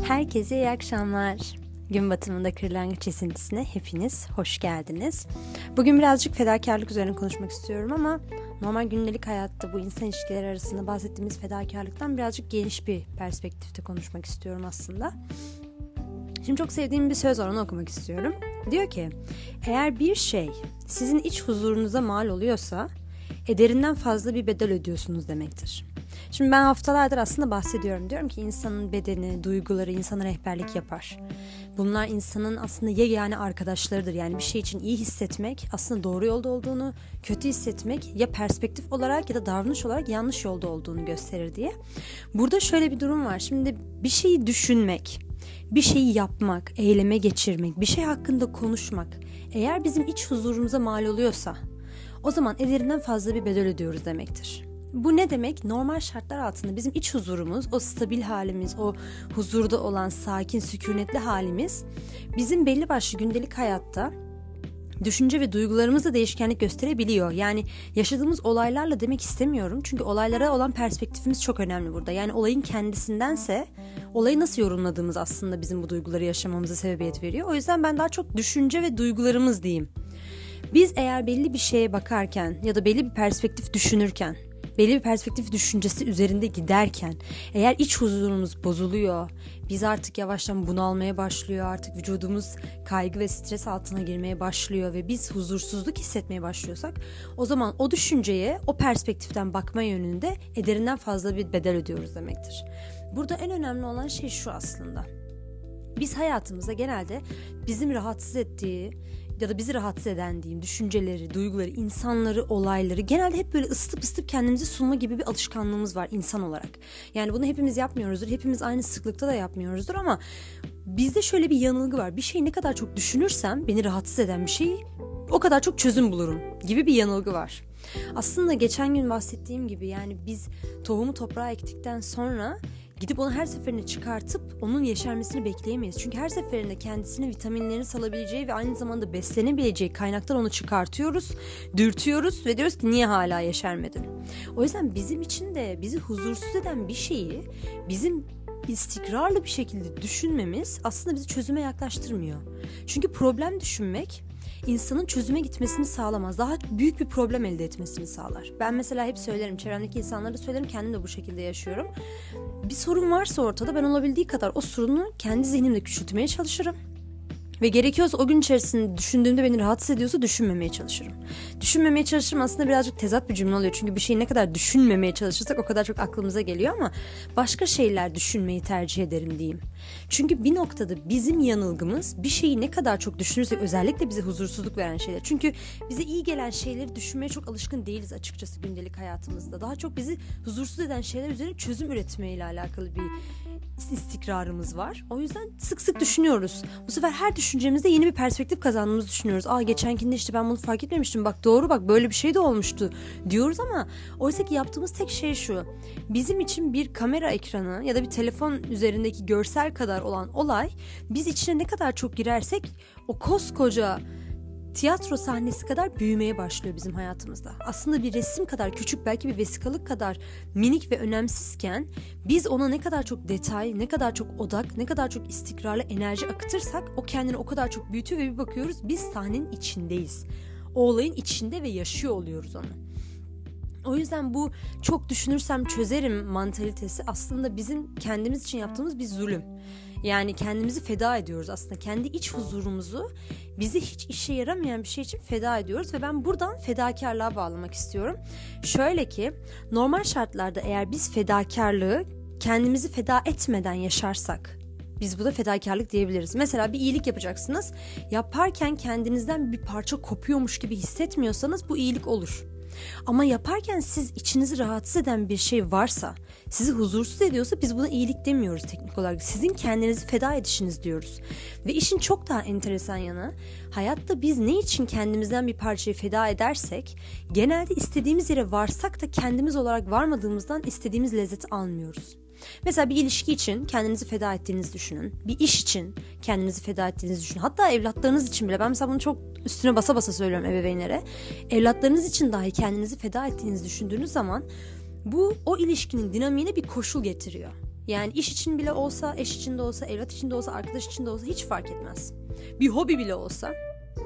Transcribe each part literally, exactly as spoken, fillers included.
Herkese iyi akşamlar. Gün batımında kırlangıç esintisine hepiniz hoş geldiniz. Bugün birazcık fedakarlık üzerine konuşmak istiyorum ama normal gündelik hayatta bu insan ilişkileri arasında bahsettiğimiz fedakarlıktan birazcık geniş bir perspektifte konuşmak istiyorum aslında. Şimdi çok sevdiğim bir söz var, onu okumak istiyorum. Diyor ki, eğer bir şey sizin iç huzurunuza mal oluyorsa ederinden fazla bir bedel ödüyorsunuz demektir. Şimdi ben haftalardır aslında bahsediyorum. Diyorum ki insanın bedeni, duyguları insana rehberlik yapar. Bunlar insanın aslında yegane arkadaşlarıdır. Yani bir şey için iyi hissetmek aslında doğru yolda olduğunu, kötü hissetmek ya perspektif olarak ya da davranış olarak yanlış yolda olduğunu gösterir diye. Burada şöyle bir durum var. Şimdi bir şeyi düşünmek, bir şeyi yapmak, eyleme geçirmek, bir şey hakkında konuşmak eğer bizim iç huzurumuza mal oluyorsa o zaman ederinden fazla bir bedel ödüyoruz demektir. Bu ne demek? Normal şartlar altında bizim iç huzurumuz, o stabil halimiz, o huzurda olan sakin, sükunetli halimiz bizim belli başlı gündelik hayatta düşünce ve duygularımızda değişkenlik gösterebiliyor. Yani yaşadığımız olaylarla demek istemiyorum. Çünkü olaylara olan perspektifimiz çok önemli burada. Yani olayın kendisindense olayı nasıl yorumladığımız aslında bizim bu duyguları yaşamamıza sebebiyet veriyor. O yüzden ben daha çok düşünce ve duygularımız diyeyim. Biz eğer belli bir şeye bakarken ya da belli bir perspektif düşünürken, belli bir perspektif düşüncesi üzerinde giderken eğer iç huzurumuz bozuluyor, biz artık yavaştan bunalmaya başlıyor, artık vücudumuz kaygı ve stres altına girmeye başlıyor ve biz huzursuzluk hissetmeye başlıyorsak o zaman o düşünceye o perspektiften bakma yönünde ederinden fazla bir bedel ödüyoruz demektir. Burada en önemli olan şey şu aslında. Biz hayatımızda genelde bizim rahatsız ettiği ya da bizi rahatsız eden diyeyim düşünceleri, duyguları, insanları, olayları genelde hep böyle ısıtıp ısıtıp kendimizi sunma gibi bir alışkanlığımız var insan olarak. Yani bunu hepimiz yapmıyoruzdur, hepimiz aynı sıklıkta da yapmıyoruzdur ama bizde şöyle bir yanılgı var. Bir şeyi ne kadar çok düşünürsem beni rahatsız eden bir şeyi o kadar çok çözüm bulurum gibi bir yanılgı var. Aslında geçen gün bahsettiğim gibi yani biz tohumu toprağa ektikten sonra gidip onu her seferinde çıkartıp onun yeşermesini bekleyemeyiz. Çünkü her seferinde kendisine vitaminlerini salabileceği ve aynı zamanda beslenebileceği kaynaktan onu çıkartıyoruz, dürtüyoruz ve diyoruz ki niye hala yeşermedin? O yüzden bizim için de bizi huzursuz eden bir şeyi bizim istikrarlı bir şekilde düşünmemiz aslında bizi çözüme yaklaştırmıyor. Çünkü problem düşünmek insanın çözüme gitmesini sağlamaz. Daha büyük bir problem elde etmesini sağlar. Ben mesela hep söylerim, çevremdeki insanlara da söylerim, kendim de bu şekilde yaşıyorum. Bir sorun varsa ortada ben olabildiği kadar o sorunu kendi zihnimde küçültmeye çalışırım. Ve gerekiyorsa o gün içerisinde düşündüğümde beni rahatsız ediyorsa düşünmemeye çalışırım. Düşünmemeye çalışırım aslında birazcık tezat bir cümle oluyor. Çünkü bir şeyi ne kadar düşünmemeye çalışırsak o kadar çok aklımıza geliyor ama başka şeyler düşünmeyi tercih ederim diyeyim. Çünkü bir noktada bizim yanılgımız bir şeyi ne kadar çok düşünürsek özellikle bize huzursuzluk veren şeyler. Çünkü bize iyi gelen şeyleri düşünmeye çok alışkın değiliz açıkçası gündelik hayatımızda. Daha çok bizi huzursuz eden şeyler üzerine çözüm üretmeyle alakalı bir istikrarımız var. O yüzden sık sık düşünüyoruz. Bu sefer her düşüncemizde yeni bir perspektif kazandığımızı düşünüyoruz. Aa geçenkinde işte ben bunu fark etmemiştim. Bak doğru bak böyle bir şey de olmuştu diyoruz ama oysa ki yaptığımız tek şey şu. Bizim için bir kamera ekranı ya da bir telefon üzerindeki görsel kadar olan olay biz içine ne kadar çok girersek o koskoca tiyatro sahnesi kadar büyümeye başlıyor bizim hayatımızda. Aslında bir resim kadar küçük, belki bir vesikalık kadar minik ve önemsizken biz ona ne kadar çok detay, ne kadar çok odak, ne kadar çok istikrarlı enerji akıtırsak o kendini o kadar çok büyütüyor ve bir bakıyoruz biz sahnenin içindeyiz. O olayın içinde ve yaşıyor oluyoruz onu. O yüzden bu çok düşünürsem çözerim mantalitesi aslında bizim kendimiz için yaptığımız bir zulüm. Yani kendimizi feda ediyoruz aslında. Kendi iç huzurumuzu bizi hiç işe yaramayan bir şey için feda ediyoruz ve ben buradan fedakarlığa bağlamak istiyorum. Şöyle ki normal şartlarda eğer biz fedakarlığı kendimizi feda etmeden yaşarsak biz bu da fedakarlık diyebiliriz. Mesela bir iyilik yapacaksınız. Yaparken kendinizden bir parça kopuyormuş gibi hissetmiyorsanız bu iyilik olur. Ama yaparken siz içinizi rahatsız eden bir şey varsa, sizi huzursuz ediyorsa biz buna iyilik demiyoruz teknik olarak. Sizin kendinizi feda edişiniz diyoruz. Ve işin çok daha enteresan yanı, hayatta biz ne için kendimizden bir parçayı feda edersek, genelde istediğimiz yere varsak da kendimiz olarak varmadığımızdan istediğimiz lezzeti almıyoruz. Mesela bir ilişki için kendinizi feda ettiğinizi düşünün. Bir iş için kendinizi feda ettiğinizi düşünün. Hatta evlatlarınız için bile. Ben mesela bunu çok üstüne basa basa söylüyorum ebeveynlere. Evlatlarınız için dahi kendinizi feda ettiğinizi düşündüğünüz zaman bu o ilişkinin dinamiğine bir koşul getiriyor. Yani iş için bile olsa, eş için de olsa, evlat için de olsa, arkadaş için de olsa hiç fark etmez. Bir hobi bile olsa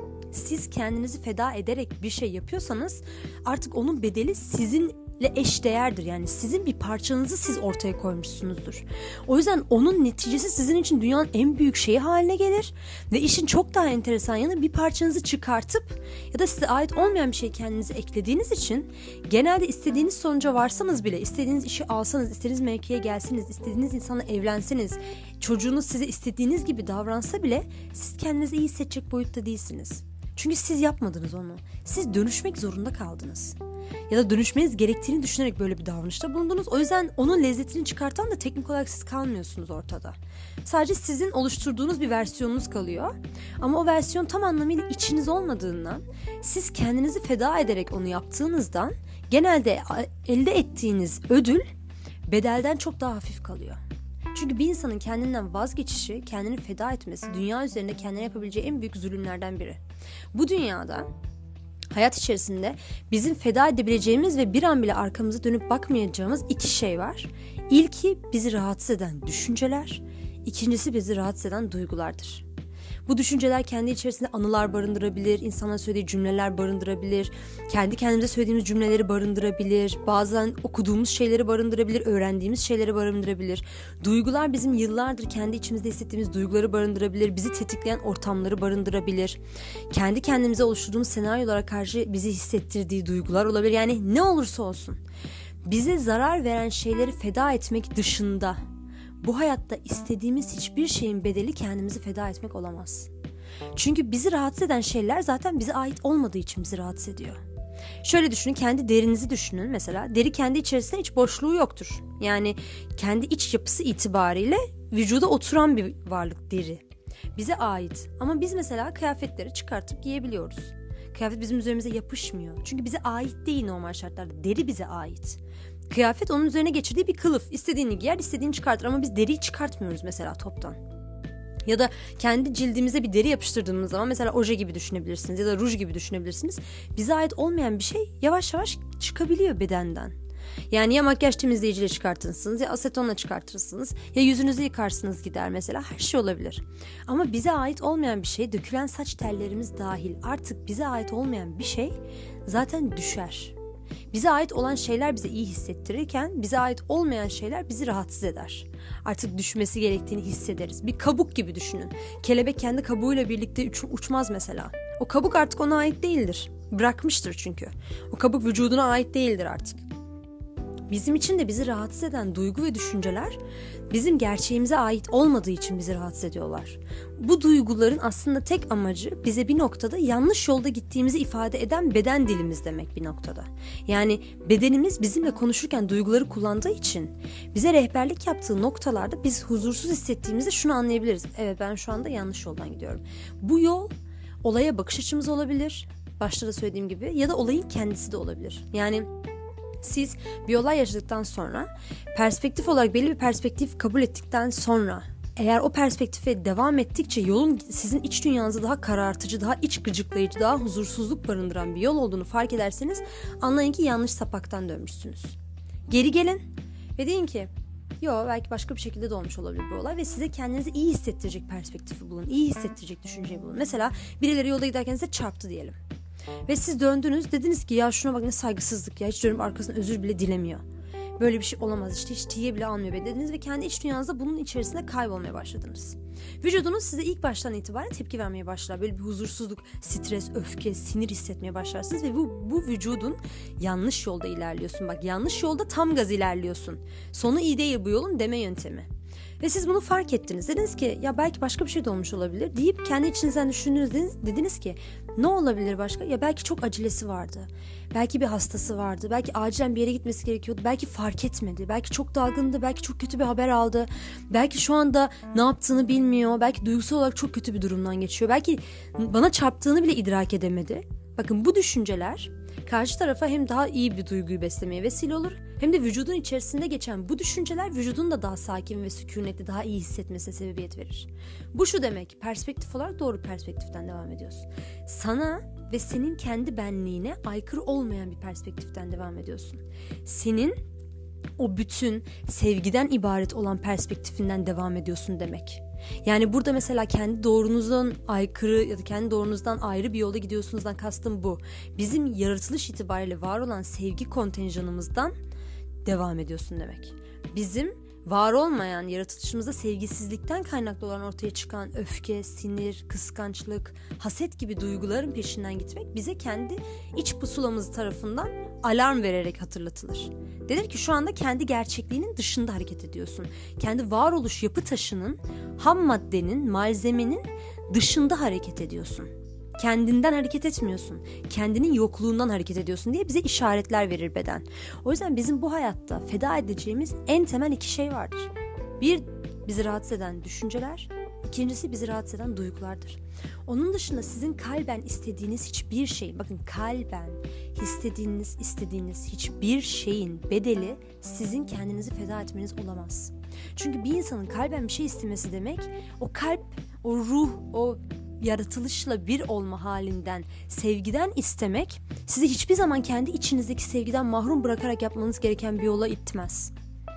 siz kendinizi feda ederek bir şey yapıyorsanız artık onun bedeli sizinle eşdeğerdir. Yani sizin bir parçanızı siz ortaya koymuşsunuzdur. O yüzden onun neticesi sizin için dünyanın en büyük şeyi haline gelir. Ve işin çok daha enteresan yanı bir parçanızı çıkartıp ya da size ait olmayan bir şey kendinize eklediğiniz için genelde istediğiniz sonuca varsanız bile, istediğiniz işi alsanız, istediğiniz mevkiye gelseniz, istediğiniz insanla evlenseniz, çocuğunuz size istediğiniz gibi davransa bile siz kendinizi iyi hissedecek boyutta değilsiniz. Çünkü siz yapmadınız onu. Siz dönüşmek zorunda kaldınız. Ya da dönüşmeniz gerektiğini düşünerek böyle bir davranışta bulundunuz. O yüzden onun lezzetini çıkartan da teknik olarak siz kalmıyorsunuz ortada. Sadece sizin oluşturduğunuz bir versiyonunuz kalıyor. Ama o versiyon tam anlamıyla içiniz olmadığından, siz kendinizi feda ederek onu yaptığınızdan genelde elde ettiğiniz ödül bedelden çok daha hafif kalıyor. Çünkü bir insanın kendinden vazgeçişi, kendini feda etmesi dünya üzerinde kendine yapabileceği en büyük zulümlerden biri. Bu dünyada hayat içerisinde bizim feda edebileceğimiz ve bir an bile arkamıza dönüp bakmayacağımız iki şey var. İlki bizi rahatsız eden düşünceler, ikincisi bizi rahatsız eden duygulardır. Bu düşünceler kendi içerisinde anılar barındırabilir, insanlara söylediği cümleler barındırabilir, kendi kendimize söylediğimiz cümleleri barındırabilir, bazen okuduğumuz şeyleri barındırabilir, öğrendiğimiz şeyleri barındırabilir. Duygular bizim yıllardır kendi içimizde hissettiğimiz duyguları barındırabilir, bizi tetikleyen ortamları barındırabilir. Kendi kendimize oluşturduğumuz senaryolara karşı bizi hissettirdiği duygular olabilir. Yani ne olursa olsun bize zarar veren şeyleri feda etmek dışında bu hayatta istediğimiz hiçbir şeyin bedeli kendimizi feda etmek olamaz. Çünkü bizi rahatsız eden şeyler zaten bize ait olmadığı için bizi rahatsız ediyor. Şöyle düşünün, kendi derinizi düşünün mesela. Deri kendi içerisinde hiç boşluğu yoktur. Yani kendi iç yapısı itibariyle vücuda oturan bir varlık deri. Bize ait. Ama biz mesela kıyafetleri çıkartıp giyebiliyoruz. Kıyafet bizim üzerimize yapışmıyor. Çünkü bize ait değil normal şartlarda. Deri bize ait. Kıyafet onun üzerine geçirdiği bir kılıf. İstediğini giyer, istediğini çıkartır ama biz deriyi çıkartmıyoruz mesela toptan. Ya da kendi cildimize bir deri yapıştırdığımız zaman mesela oje gibi düşünebilirsiniz ya da ruj gibi düşünebilirsiniz. Bize ait olmayan bir şey yavaş yavaş çıkabiliyor bedenden. Yani ya makyaj temizleyiciyle çıkartırsınız ya asetonla çıkartırsınız ya yüzünüzü yıkarsınız gider mesela, her şey olabilir. Ama bize ait olmayan bir şey, dökülen saç tellerimiz dahil artık bize ait olmayan bir şey zaten düşer. Bize ait olan şeyler bize iyi hissettirirken bize ait olmayan şeyler bizi rahatsız eder. Artık düşmesi gerektiğini hissederiz. Bir kabuk gibi düşünün. Kelebek kendi kabuğuyla birlikte uç, uçmaz mesela. O kabuk artık ona ait değildir. Bırakmıştır çünkü. O kabuk vücuduna ait değildir artık. Bizim için de bizi rahatsız eden duygu ve düşünceler bizim gerçeğimize ait olmadığı için bizi rahatsız ediyorlar. Bu duyguların aslında tek amacı bize bir noktada yanlış yolda gittiğimizi ifade eden beden dilimiz demek bir noktada. Yani bedenimiz bizimle konuşurken duyguları kullandığı için bize rehberlik yaptığı noktalarda biz huzursuz hissettiğimizde şunu anlayabiliriz. Evet, ben şu anda yanlış yoldan gidiyorum. Bu yol olaya bakış açımız olabilir. Başta da söylediğim gibi, ya da olayın kendisi de olabilir. Yani siz bir olay yaşadıktan sonra perspektif olarak belli bir perspektif kabul ettikten sonra eğer o perspektife devam ettikçe yolun sizin iç dünyanızı daha karartıcı, daha iç gıcıklayıcı, daha huzursuzluk barındıran bir yol olduğunu fark ederseniz anlayın ki yanlış sapaktan dönmüşsünüz. Geri gelin ve deyin ki yo, belki başka bir şekilde de olmuş olabilir bu olay ve size kendinizi iyi hissettirecek perspektifi bulun, iyi hissettirecek düşünceyi bulun. Mesela birileri yolda giderken size çarptı diyelim. Ve siz döndünüz, dediniz ki ya şuna bak ne saygısızlık ya, hiç dönüp arkasından özür bile dilemiyor. Böyle bir şey olamaz, işte hiç tiye bile almıyor be dediniz ve kendi iç dünyanızda bunun içerisinde kaybolmaya başladınız. Vücudunuz size ilk baştan itibaren tepki vermeye başlar. Böyle bir huzursuzluk, stres, öfke, sinir hissetmeye başlarsınız ve bu, bu vücudun yanlış yolda ilerliyorsun. Bak, yanlış yolda tam gaz ilerliyorsun. Sonu iyi değil bu yolun deme yöntemi. Ve siz bunu fark ettiniz. Dediniz ki ya belki başka bir şey de olmuş olabilir deyip kendi içinizden düşündünüz. Dediniz, dediniz ki ne olabilir başka? Ya belki çok acelesi vardı. Belki bir hastası vardı. Belki acilen bir yere gitmesi gerekiyordu. Belki fark etmedi. Belki çok dalgındı. Belki çok kötü bir haber aldı. Belki şu anda ne yaptığını bilmiyor. Belki duygusal olarak çok kötü bir durumdan geçiyor. Belki bana çarptığını bile idrak edemedi. Bakın, bu düşünceler karşı tarafa hem daha iyi bir duyguyu beslemeye vesile olur, hem de vücudun içerisinde geçen bu düşünceler vücudun da daha sakin ve sükunetli, daha iyi hissetmesine sebebiyet verir. Bu şu demek, perspektif olarak doğru perspektiften devam ediyorsun. Sana ve senin kendi benliğine aykırı olmayan bir perspektiften devam ediyorsun. Senin o bütün sevgiden ibaret olan perspektifinden devam ediyorsun demek. Yani burada mesela kendi doğrunuzdan aykırı ya da kendi doğrunuzdan ayrı bir yolda gidiyorsunuzdan kastım bu. Bizim yaratılış itibariyle var olan sevgi kontenjanımızdan devam ediyorsun demek. Bizim var olmayan yaratılışımızda sevgisizlikten kaynaklı olan ortaya çıkan öfke, sinir, kıskançlık, haset gibi duyguların peşinden gitmek bize kendi iç pusulamız tarafından alarm vererek hatırlatılır. Denir ki şu anda kendi gerçekliğinin dışında hareket ediyorsun. Kendi varoluş yapı taşının, ham maddenin, malzemenin dışında hareket ediyorsun. Kendinden hareket etmiyorsun. Kendinin yokluğundan hareket ediyorsun diye bize işaretler verir beden. O yüzden bizim bu hayatta feda edeceğimiz en temel iki şey vardır. Bir, bizi rahatsız eden düşünceler. İkincisi bizi rahatsız eden duygulardır. Onun dışında sizin kalben istediğiniz hiçbir şey, bakın kalben istediğiniz, istediğiniz hiçbir şeyin bedeli sizin kendinizi feda etmeniz olamaz. Çünkü bir insanın kalben bir şey istemesi demek, o kalp, o ruh, o yaratılışla bir olma halinden, sevgiden istemek sizi hiçbir zaman kendi içinizdeki sevgiden mahrum bırakarak yapmanız gereken bir yola itmez.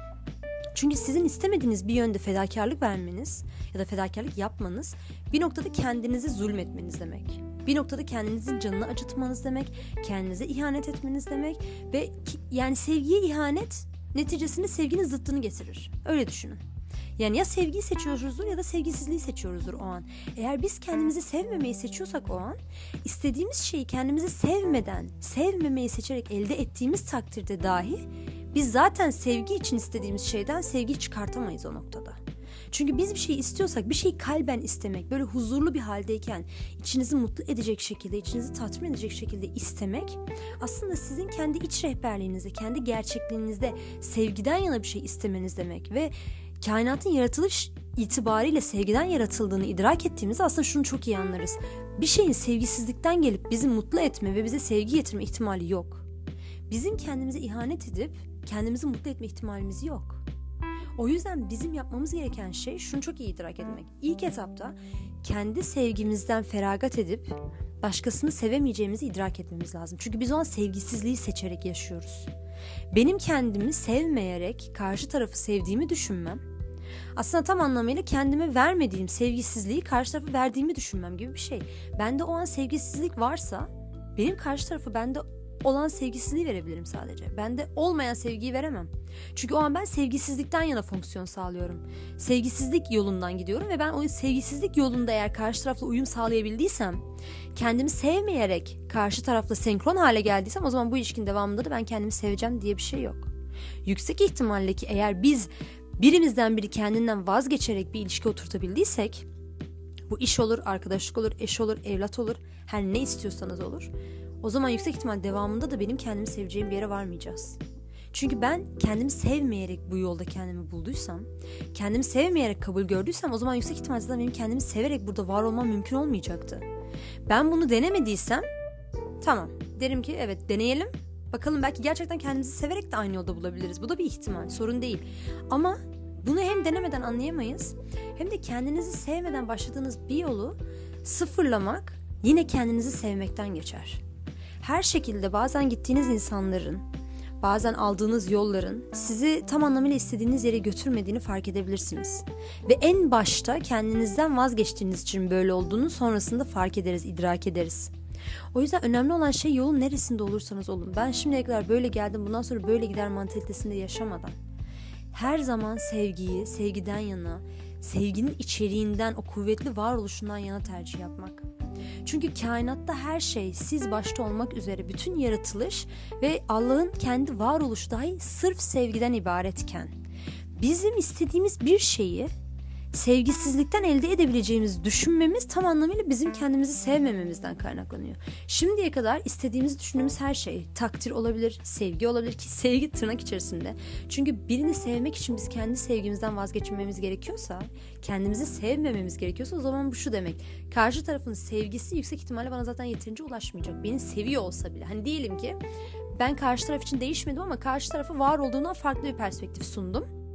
Çünkü sizin istemediğiniz bir yönde fedakarlık vermeniz ya da fedakarlık yapmanız bir noktada kendinizi zulmetmeniz demek. Bir noktada kendinizin canını acıtmanız demek, kendinize ihanet etmeniz demek ve ki, yani sevgiye ihanet neticesinde sevginin zıttını getirir. Öyle düşünün. Yani ya sevgiyi seçiyoruzdur ya da sevgisizliği seçiyoruzdur o an. Eğer biz kendimizi sevmemeyi seçiyorsak o an, istediğimiz şeyi kendimizi sevmeden, sevmemeyi seçerek elde ettiğimiz takdirde dahi biz zaten sevgi için istediğimiz şeyden sevgi çıkartamayız o noktada. Çünkü biz bir şey istiyorsak, bir şeyi kalben istemek, böyle huzurlu bir haldeyken içinizi mutlu edecek şekilde, içinizi tatmin edecek şekilde istemek aslında sizin kendi iç rehberliğinizde, kendi gerçekliğinizde sevgiden yana bir şey istemeniz demek ve kainatın yaratılış itibariyle sevgiden yaratıldığını idrak ettiğimizde aslında şunu çok iyi anlarız. Bir şeyin sevgisizlikten gelip bizi mutlu etme ve bize sevgi getirme ihtimali yok. Bizim kendimize ihanet edip kendimizi mutlu etme ihtimalimiz yok. O yüzden bizim yapmamız gereken şey şunu çok iyi idrak etmek. İlk etapta kendi sevgimizden feragat edip başkasını sevemeyeceğimizi idrak etmemiz lazım. Çünkü biz o an sevgisizliği seçerek yaşıyoruz. Benim kendimi sevmeyerek karşı tarafı sevdiğimi düşünmem, aslında tam anlamıyla kendime vermediğim sevgisizliği karşı tarafa verdiğimi düşünmem gibi bir şey. Bende o an sevgisizlik varsa benim karşı tarafı bende olan sevgisizliği verebilirim sadece. Bende olmayan sevgiyi veremem. Çünkü o an ben sevgisizlikten yana fonksiyon sağlıyorum. Sevgisizlik yolundan gidiyorum ve ben o sevgisizlik yolunda eğer karşı tarafla uyum sağlayabildiysem, kendimi sevmeyerek karşı tarafla senkron hale geldiysem o zaman bu ilişkinin devamında da ben kendimi seveceğim diye bir şey yok. Yüksek ihtimalle ki eğer biz birimizden biri kendinden vazgeçerek bir ilişki oturtabildiysek, bu iş olur, arkadaşlık olur, eş olur, evlat olur, her ne istiyorsanız olur. O zaman yüksek ihtimal devamında da benim kendimi seveceğim bir yere varmayacağız. Çünkü ben kendimi sevmeyerek bu yolda kendimi bulduysam, kendimi sevmeyerek kabul gördüysem o zaman yüksek ihtimalle zaten benim kendimi severek burada var olmam mümkün olmayacaktı. Ben bunu denemediysem tamam derim ki evet deneyelim. Bakalım belki gerçekten kendimizi severek de aynı yolda bulabiliriz. Bu da bir ihtimal, sorun değil. Ama bunu hem denemeden anlayamayız hem de kendinizi sevmeden başladığınız bir yolu sıfırlamak yine kendinizi sevmekten geçer. Her şekilde bazen gittiğiniz insanların, bazen aldığınız yolların sizi tam anlamıyla istediğiniz yere götürmediğini fark edebilirsiniz. Ve en başta kendinizden vazgeçtiğiniz için böyle olduğunu sonrasında fark ederiz, idrak ederiz. O yüzden önemli olan şey yolun neresinde olursanız olun. Ben şimdiye kadar böyle geldim, bundan sonra böyle gider mantalitesinde yaşamadan. Her zaman sevgiyi, sevgiden yana, sevginin içeriğinden, o kuvvetli varoluşundan yana tercih yapmak. Çünkü kainatta her şey, siz başta olmak üzere bütün yaratılış ve Allah'ın kendi varoluşu dahi sırf sevgiden ibaretken, bizim istediğimiz bir şeyi sevgisizlikten elde edebileceğimizi düşünmemiz tam anlamıyla bizim kendimizi sevmememizden kaynaklanıyor. Şimdiye kadar istediğimizi düşündüğümüz her şey takdir olabilir, sevgi olabilir ki sevgi tırnak içerisinde. Çünkü birini sevmek için biz kendi sevgimizden vazgeçmemiz gerekiyorsa, kendimizi sevmememiz gerekiyorsa o zaman bu şu demek. Karşı tarafın sevgisi yüksek ihtimalle bana zaten yeterince ulaşmayacak. Beni seviyor olsa bile. Hani diyelim ki ben karşı taraf için değişmedim ama karşı tarafa var olduğundan farklı bir perspektif sundum.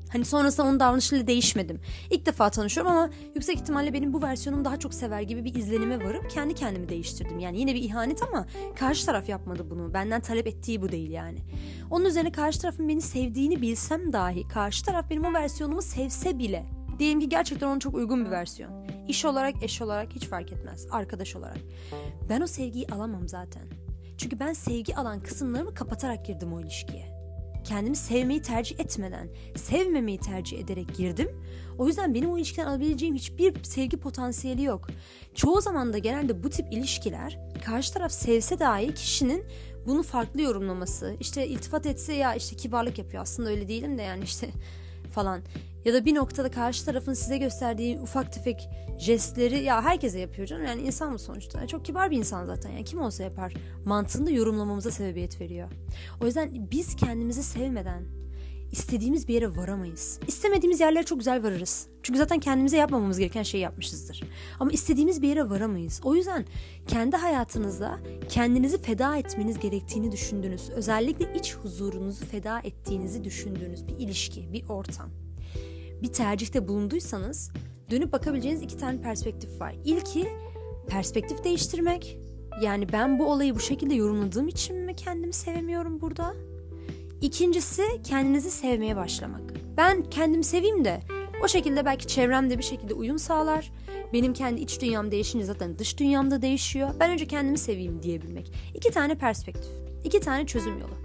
Hani sonrasında onun davranışıyla değişmedim. İlk defa tanışıyorum ama yüksek ihtimalle benim bu versiyonumu daha çok sever gibi bir izlenime varıp kendi kendimi değiştirdim. Yani yine bir ihanet ama karşı taraf yapmadı bunu. Benden talep ettiği bu değil yani. Onun üzerine karşı tarafın beni sevdiğini bilsem dahi, karşı taraf benim o versiyonumu sevse bile, diyelim ki gerçekten ona çok uygun bir versiyon. İş olarak, eş olarak hiç fark etmez. Arkadaş olarak. Ben o sevgiyi alamam zaten. Çünkü ben sevgi alan kısımlarımı kapatarak girdim o ilişkiye. Kendimi sevmeyi tercih etmeden, sevmemeyi tercih ederek girdim. O yüzden benim o ilişkiden alabileceğim hiçbir sevgi potansiyeli yok. Çoğu zaman da genelde bu tip ilişkiler, karşı taraf sevse dahi kişinin bunu farklı yorumlaması, işte iltifat etse ya işte kibarlık yapıyor, aslında öyle değilim de yani işte falan. Ya da bir noktada karşı tarafın size gösterdiği ufak tefek jestleri ya herkese yapıyor canım, yani insan mı sonuçta, yani çok kibar bir insan zaten, yani kim olsa yapar mantığında yorumlamamıza sebebiyet veriyor. O yüzden biz kendimizi sevmeden istediğimiz bir yere varamayız. İstemediğimiz yerlere çok güzel varırız. Çünkü zaten kendimize yapmamamız gereken şeyi yapmışızdır. Ama istediğimiz bir yere varamayız. O yüzden kendi hayatınızda kendinizi feda etmeniz gerektiğini düşündüğünüz, özellikle iç huzurunuzu feda ettiğinizi düşündüğünüz bir ilişki, bir ortam, bir tercihte bulunduysanız dönüp bakabileceğiniz iki tane perspektif var. İlki perspektif değiştirmek. Yani ben bu olayı bu şekilde yorumladığım için mi kendimi sevemiyorum burada? İkincisi kendinizi sevmeye başlamak. Ben kendimi seveyim de o şekilde belki çevremde bir şekilde uyum sağlar. Benim kendi iç dünyam değişince zaten dış dünyam da değişiyor. Ben önce kendimi seveyim diyebilmek. İki tane perspektif, iki tane çözüm yolu.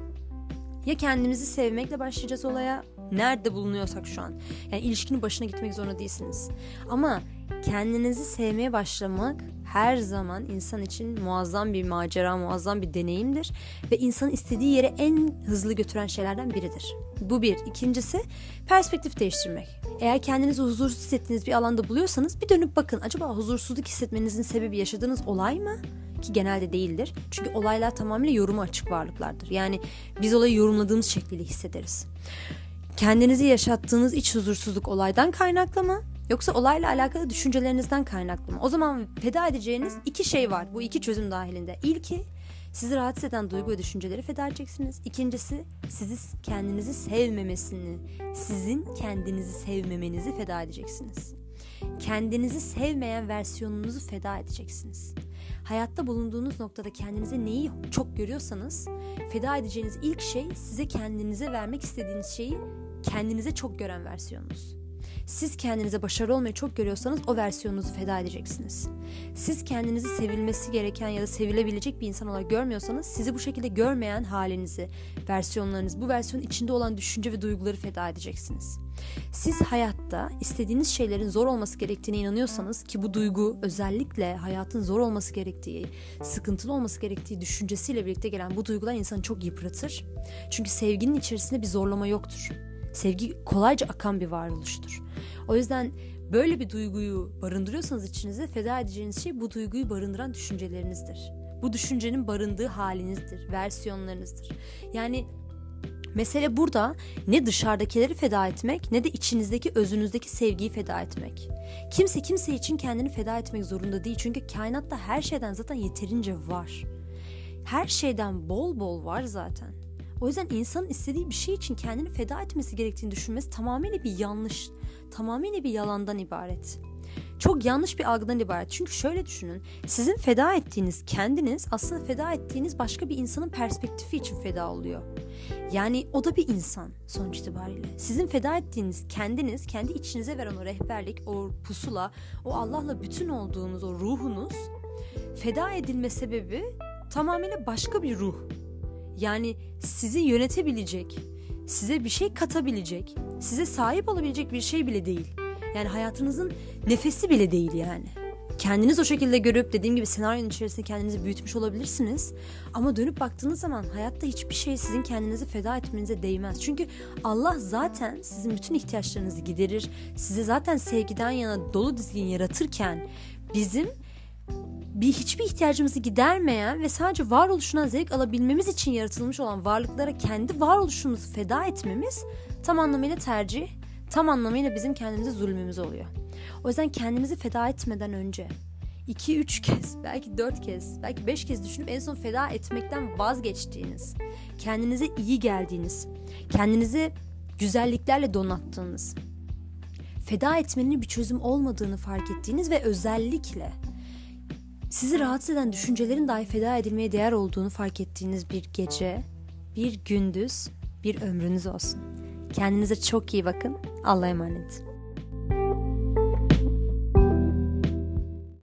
Ya kendimizi sevmekle başlayacağız olaya, nerede bulunuyorsak şu an. Yani ilişkinin başına gitmek zorunda değilsiniz. Ama kendinizi sevmeye başlamak her zaman insan için muazzam bir macera, muazzam bir deneyimdir. Ve insanın istediği yere en hızlı götüren şeylerden biridir. Bu bir. İkincisi perspektif değiştirmek. Eğer kendinizi huzursuz hissettiğiniz bir alanda buluyorsanız bir dönüp bakın. Acaba huzursuzluk hissetmenizin sebebi yaşadığınız olay mı? Ki genelde değildir. Çünkü olaylar tamamıyla yoruma açık varlıklardır. Yani biz olayı yorumladığımız şekliyle hissederiz. Kendinizi yaşattığınız iç huzursuzluk olaydan kaynaklı mı? Yoksa olayla alakalı düşüncelerinizden kaynaklı mı? O zaman feda edeceğiniz iki şey var. Bu iki çözüm dahilinde. İlki, sizi rahatsız eden duygu ve düşünceleri feda edeceksiniz. İkincisi, sizi kendinizi sevmemesini, sizin kendinizi sevmemenizi feda edeceksiniz. Kendinizi sevmeyen versiyonunuzu feda edeceksiniz. Hayatta bulunduğunuz noktada kendinize neyi çok görüyorsanız feda edeceğiniz ilk şey size kendinize vermek istediğiniz şeyi kendinize çok gören versiyonunuz. Siz kendinize başarılı olmayı çok görüyorsanız o versiyonunuzu feda edeceksiniz. Siz kendinizi sevilmesi gereken ya da sevilebilecek bir insan olarak görmüyorsanız sizi bu şekilde görmeyen halinizi, versiyonlarınız, bu versiyonun içinde olan düşünce ve duyguları feda edeceksiniz. Siz hayatta istediğiniz şeylerin zor olması gerektiğine inanıyorsanız, ki bu duygu özellikle hayatın zor olması gerektiği, sıkıntılı olması gerektiği düşüncesiyle birlikte gelen bu duygular insanı çok yıpratır. Çünkü sevginin içerisinde bir zorlama yoktur. Sevgi kolayca akan bir varoluştur. O yüzden böyle bir duyguyu barındırıyorsanız içinizde, feda edeceğiniz şey bu duyguyu barındıran düşüncelerinizdir. Bu düşüncenin barındığı halinizdir, versiyonlarınızdır. Yani mesele burada ne dışarıdakileri feda etmek ne de içinizdeki, özünüzdeki sevgiyi feda etmek. Kimse kimse için kendini feda etmek zorunda değil. Çünkü kainatta her şeyden zaten yeterince var. Her şeyden bol bol var zaten. O yüzden insanın istediği bir şey için kendini feda etmesi gerektiğini düşünmesi tamamıyla bir yanlış, tamamıyla bir yalandan ibaret. Çok yanlış bir algıdan ibaret. Çünkü şöyle düşünün, sizin feda ettiğiniz kendiniz aslında feda ettiğiniz başka bir insanın perspektifi için feda oluyor. Yani o da bir insan sonuç itibariyle. Sizin feda ettiğiniz kendiniz, kendi içinize veren o rehberlik, o pusula, o Allah'la bütün olduğunuz o ruhunuz, feda edilme sebebi tamamıyla başka bir ruh. Yani sizi yönetebilecek, size bir şey katabilecek, size sahip olabilecek bir şey bile değil. Yani hayatınızın nefesi bile değil yani. Kendiniz o şekilde görüp dediğim gibi senaryonun içerisinde kendinizi büyütmüş olabilirsiniz. Ama dönüp baktığınız zaman hayatta hiçbir şey sizin kendinizi feda etmenize değmez. Çünkü Allah zaten sizin bütün ihtiyaçlarınızı giderir. Size zaten sevgiden yana dolu dizgin yaratırken bizim bir hiçbir ihtiyacımızı gidermeyen ve sadece varoluşuna zevk alabilmemiz için yaratılmış olan varlıklara kendi varoluşumuzu feda etmemiz tam anlamıyla tercih, tam anlamıyla bizim kendimize zulmümüz oluyor. O yüzden kendimizi feda etmeden önce iki üç kez, belki dört kez, belki beş kez düşünüp en son feda etmekten vazgeçtiğiniz, kendinize iyi geldiğiniz, kendinizi güzelliklerle donattığınız, feda etmenin bir çözüm olmadığını fark ettiğiniz ve özellikle sizi rahatsız eden düşüncelerin dahi feda edilmeye değer olduğunu fark ettiğiniz bir gece, bir gündüz, bir ömrünüz olsun. Kendinize çok iyi bakın. Allah'a emanet.